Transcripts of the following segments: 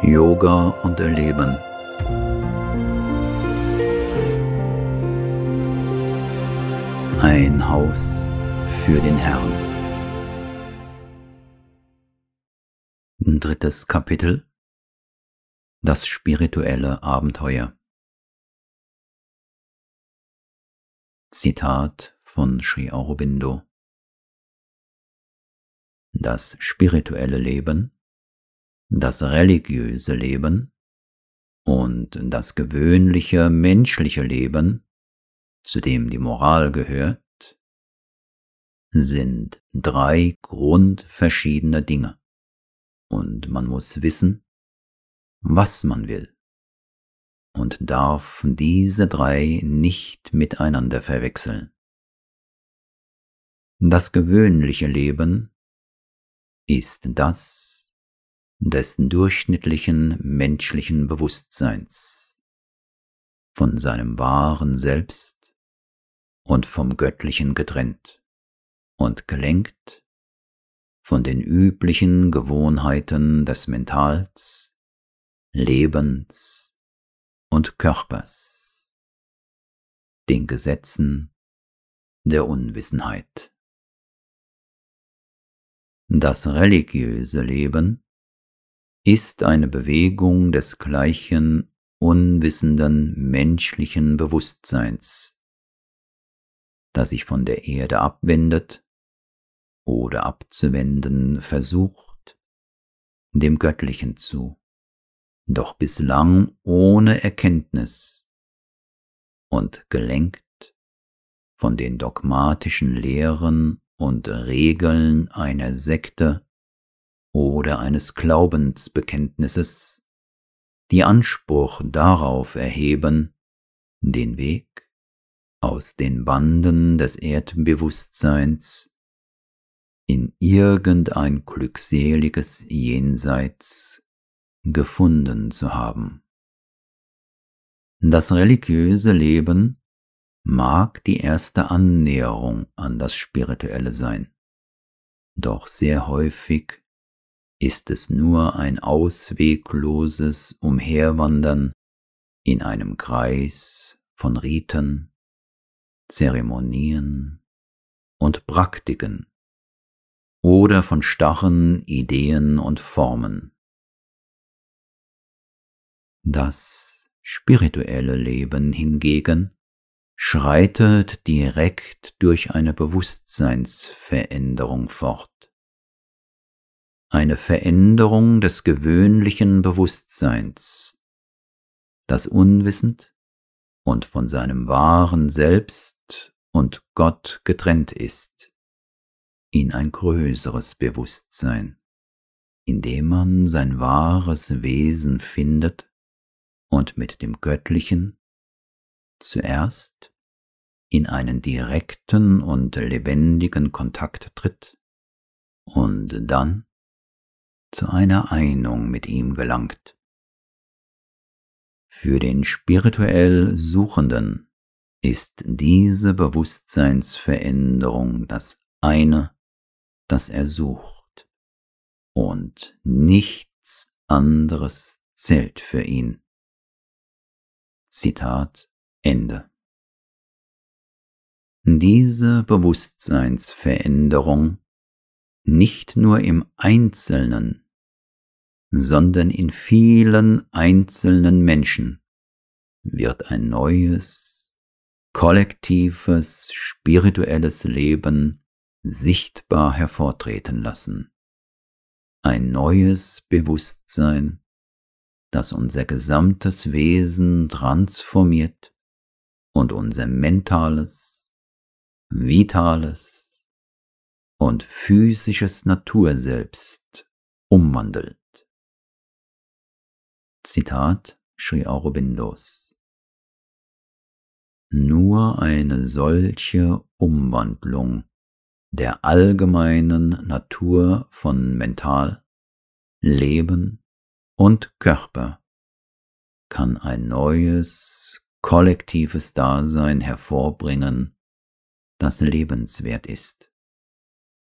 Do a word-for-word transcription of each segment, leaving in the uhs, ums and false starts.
Yoga und Erleben. Ein Haus für den Herrn. Drittes Kapitel: Das spirituelle Abenteuer. Zitat von Sri Aurobindo: Das spirituelle Leben, das religiöse Leben und das gewöhnliche menschliche Leben, zu dem die Moral gehört, sind drei grundverschiedene Dinge, und man muss wissen, was man will, und darf diese drei nicht miteinander verwechseln. Das gewöhnliche Leben ist das des durchschnittlichen menschlichen Bewusstseins, von seinem wahren Selbst und vom Göttlichen getrennt und gelenkt von den üblichen Gewohnheiten des Mentals, Lebens und Körpers, den Gesetzen der Unwissenheit. Das religiöse Leben ist eine Bewegung des gleichen unwissenden menschlichen Bewusstseins, das sich von der Erde abwendet oder abzuwenden versucht, dem Göttlichen zu, doch bislang ohne Erkenntnis und gelenkt von den dogmatischen Lehren und Regeln einer Sekte oder eines Glaubensbekenntnisses, die Anspruch darauf erheben, den Weg aus den Banden des Erdbewusstseins in irgendein glückseliges Jenseits gefunden zu haben. Das religiöse Leben mag die erste Annäherung an das Spirituelle sein, doch sehr häufig ist es nur ein auswegloses Umherwandern in einem Kreis von Riten, Zeremonien und Praktiken oder von starren Ideen und Formen. Das spirituelle Leben hingegen schreitet direkt durch eine Bewusstseinsveränderung fort. Eine Veränderung des gewöhnlichen Bewusstseins, das unwissend und von seinem wahren Selbst und Gott getrennt ist, in ein größeres Bewusstsein, in dem man sein wahres Wesen findet und mit dem Göttlichen zuerst in einen direkten und lebendigen Kontakt tritt und dann zu einer Einung mit ihm gelangt. Für den spirituell Suchenden ist diese Bewusstseinsveränderung das eine, das er sucht, und nichts anderes zählt für ihn. Zitat Ende. Diese Bewusstseinsveränderung nicht nur im Einzelnen, sondern in vielen einzelnen Menschen wird ein neues, kollektives, spirituelles Leben sichtbar hervortreten lassen. Ein neues Bewusstsein, das unser gesamtes Wesen transformiert und unser mentales, vitales und physisches Naturselbst umwandelt. Zitat Sri Aurobindos: Nur eine solche Umwandlung der allgemeinen Natur von Mental, Leben und Körper kann ein neues, kollektives Dasein hervorbringen, das lebenswert ist.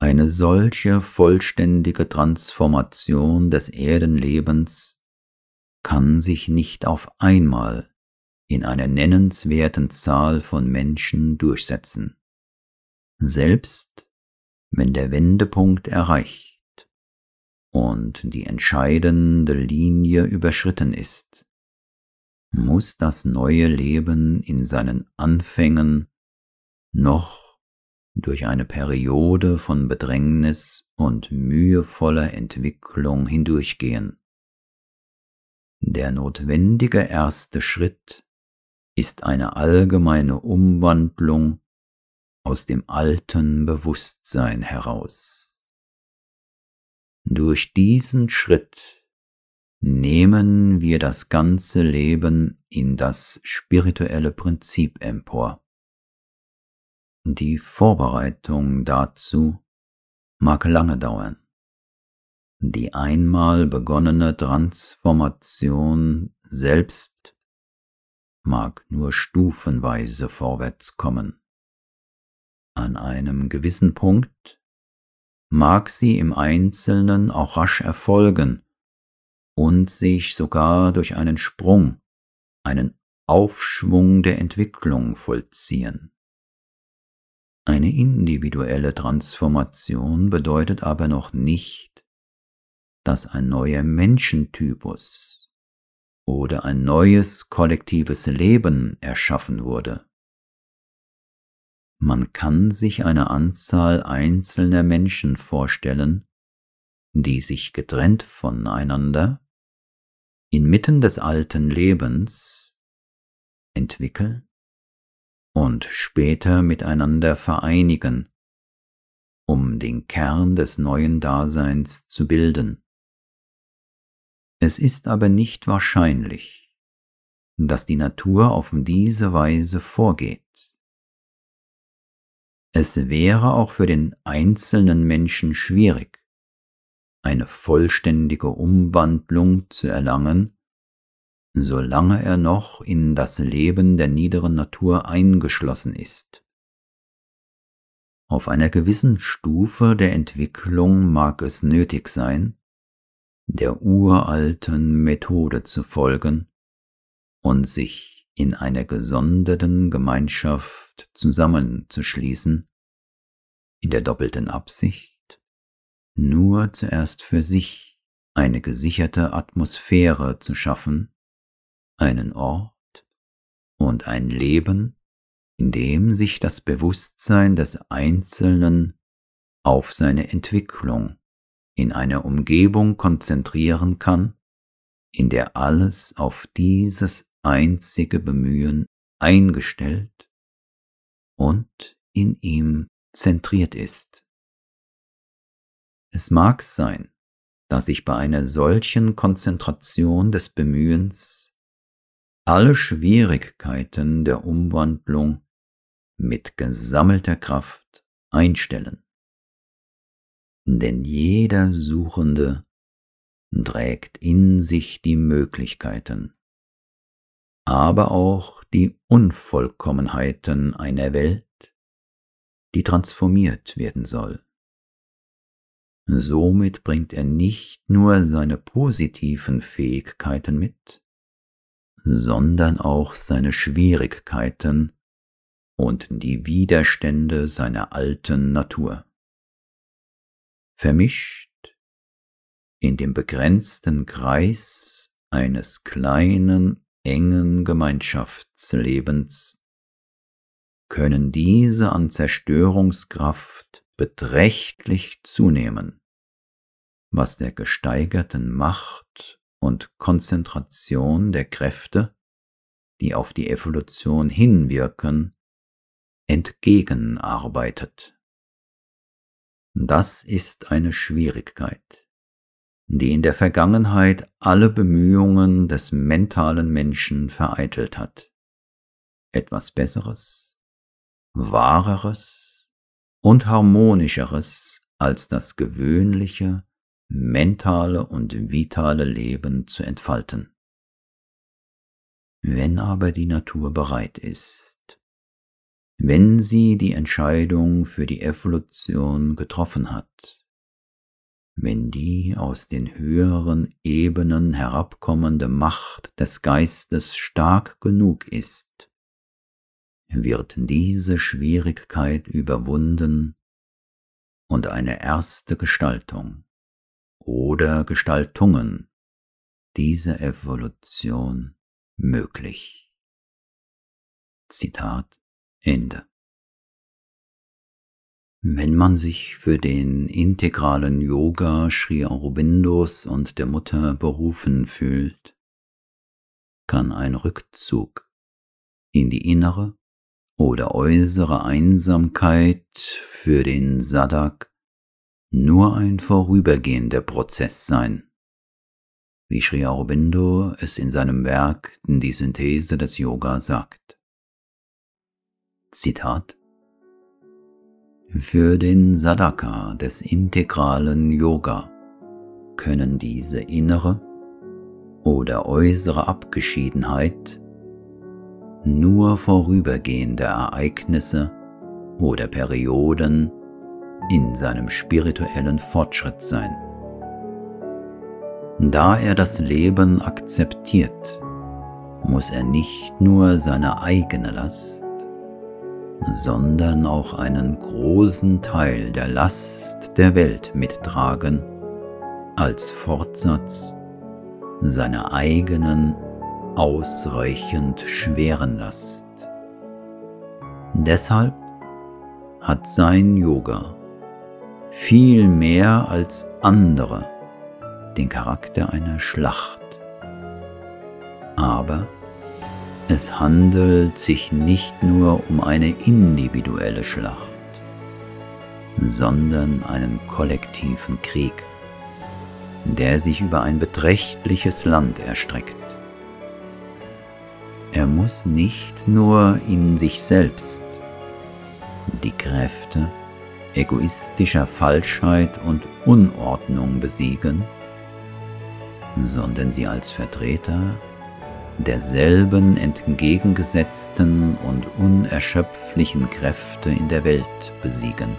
Eine solche vollständige Transformation des Erdenlebens kann sich nicht auf einmal in einer nennenswerten Zahl von Menschen durchsetzen. Selbst wenn der Wendepunkt erreicht und die entscheidende Linie überschritten ist, muss das neue Leben in seinen Anfängen noch durch eine Periode von Bedrängnis und mühevoller Entwicklung hindurchgehen. Der notwendige erste Schritt ist eine allgemeine Umwandlung aus dem alten Bewusstsein heraus. Durch diesen Schritt nehmen wir das ganze Leben in das spirituelle Prinzip empor. Die Vorbereitung dazu mag lange dauern. Die einmal begonnene Transformation selbst mag nur stufenweise vorwärts kommen. An einem gewissen Punkt mag sie im Einzelnen auch rasch erfolgen und sich sogar durch einen Sprung, einen Aufschwung der Entwicklung vollziehen. Eine individuelle Transformation bedeutet aber noch nicht, dass ein neuer Menschentypus oder ein neues kollektives Leben erschaffen wurde. Man kann sich eine Anzahl einzelner Menschen vorstellen, die sich getrennt voneinander inmitten des alten Lebens entwickeln und später miteinander vereinigen, um den Kern des neuen Daseins zu bilden. Es ist aber nicht wahrscheinlich, dass die Natur auf diese Weise vorgeht. Es wäre auch für den einzelnen Menschen schwierig, eine vollständige Umwandlung zu erlangen, solange er noch in das Leben der niederen Natur eingeschlossen ist. Auf einer gewissen Stufe der Entwicklung mag es nötig sein, der uralten Methode zu folgen und sich in einer gesonderten Gemeinschaft zusammenzuschließen, in der doppelten Absicht, nur zuerst für sich eine gesicherte Atmosphäre zu schaffen, einen Ort und ein Leben, in dem sich das Bewusstsein des Einzelnen auf seine Entwicklung in einer Umgebung konzentrieren kann, in der alles auf dieses einzige Bemühen eingestellt und in ihm zentriert ist. Es mag sein, dass sich bei einer solchen Konzentration des Bemühens alle Schwierigkeiten der Umwandlung mit gesammelter Kraft einstellen. Denn jeder Suchende trägt in sich die Möglichkeiten, aber auch die Unvollkommenheiten einer Welt, die transformiert werden soll. Somit bringt er nicht nur seine positiven Fähigkeiten mit, sondern auch seine Schwierigkeiten und die Widerstände seiner alten Natur. Vermischt in dem begrenzten Kreis eines kleinen, engen Gemeinschaftslebens können diese an Zerstörungskraft beträchtlich zunehmen, was der gesteigerten Macht und Konzentration der Kräfte, die auf die Evolution hinwirken, entgegenarbeitet. Das ist eine Schwierigkeit, die in der Vergangenheit alle Bemühungen des mentalen Menschen vereitelt hat. Etwas Besseres, Wahreres und Harmonischeres als das gewöhnliche, mentale und vitale Leben zu entfalten. Wenn aber die Natur bereit ist, wenn sie die Entscheidung für die Evolution getroffen hat, wenn die aus den höheren Ebenen herabkommende Macht des Geistes stark genug ist, wird diese Schwierigkeit überwunden und eine erste Gestaltung oder Gestaltungen dieser Evolution möglich. Zitat Ende. Wenn man sich für den integralen Yoga Sri Aurobindos und der Mutter berufen fühlt, kann ein Rückzug in die innere oder äußere Einsamkeit für den Sadhak nur ein vorübergehender Prozess sein, wie Sri Aurobindo es in seinem Werk Die Synthese des Yoga sagt. Zitat: Für den Sadhaka des integralen Yoga können diese innere oder äußere Abgeschiedenheit nur vorübergehende Ereignisse oder Perioden in seinem spirituellen Fortschritt sein. Da er das Leben akzeptiert, muss er nicht nur seine eigene Last, sondern auch einen großen Teil der Last der Welt mittragen, als Fortsatz seiner eigenen ausreichend schweren Last. Deshalb hat sein Yoga viel mehr als andere den Charakter einer Schlacht. Aber es handelt sich nicht nur um eine individuelle Schlacht, sondern einen kollektiven Krieg, der sich über ein beträchtliches Land erstreckt. Er muss nicht nur in sich selbst die Kräfte egoistischer Falschheit und Unordnung besiegen, sondern sie als Vertreter derselben entgegengesetzten und unerschöpflichen Kräfte in der Welt besiegen.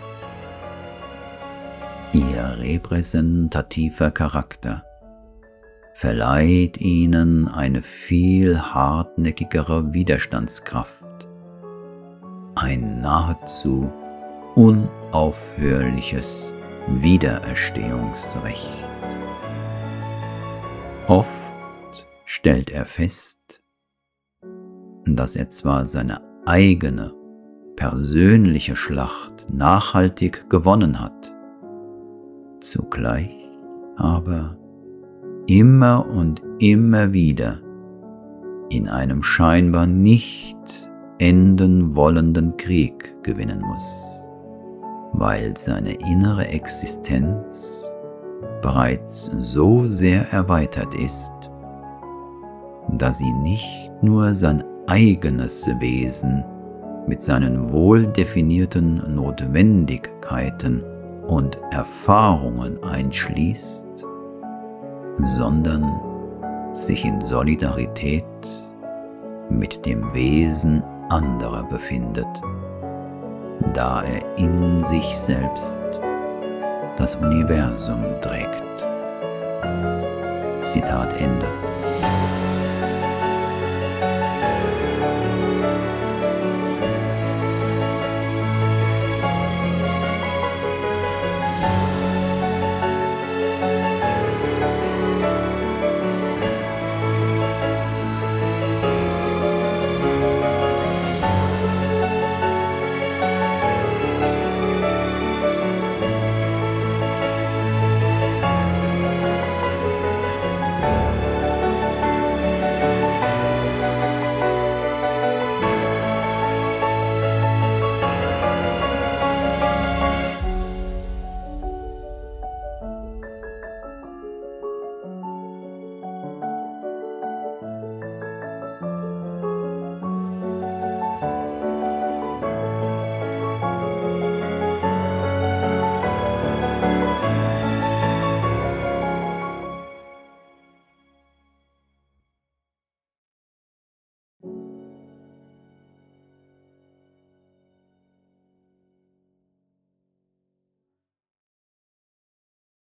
Ihr repräsentativer Charakter verleiht ihnen eine viel hartnäckigere Widerstandskraft, ein nahezu unaufhörliches Wiedererstehungsrecht. Oft stellt er fest, dass er zwar seine eigene persönliche Schlacht nachhaltig gewonnen hat, zugleich aber immer und immer wieder in einem scheinbar nicht enden wollenden Krieg gewinnen muss, weil seine innere Existenz bereits so sehr erweitert ist, dass sie nicht nur sein eigenes Wesen mit seinen wohl definierten Notwendigkeiten und Erfahrungen einschließt, sondern sich in Solidarität mit dem Wesen anderer befindet, da er in sich selbst das Universum trägt. Zitat Ende.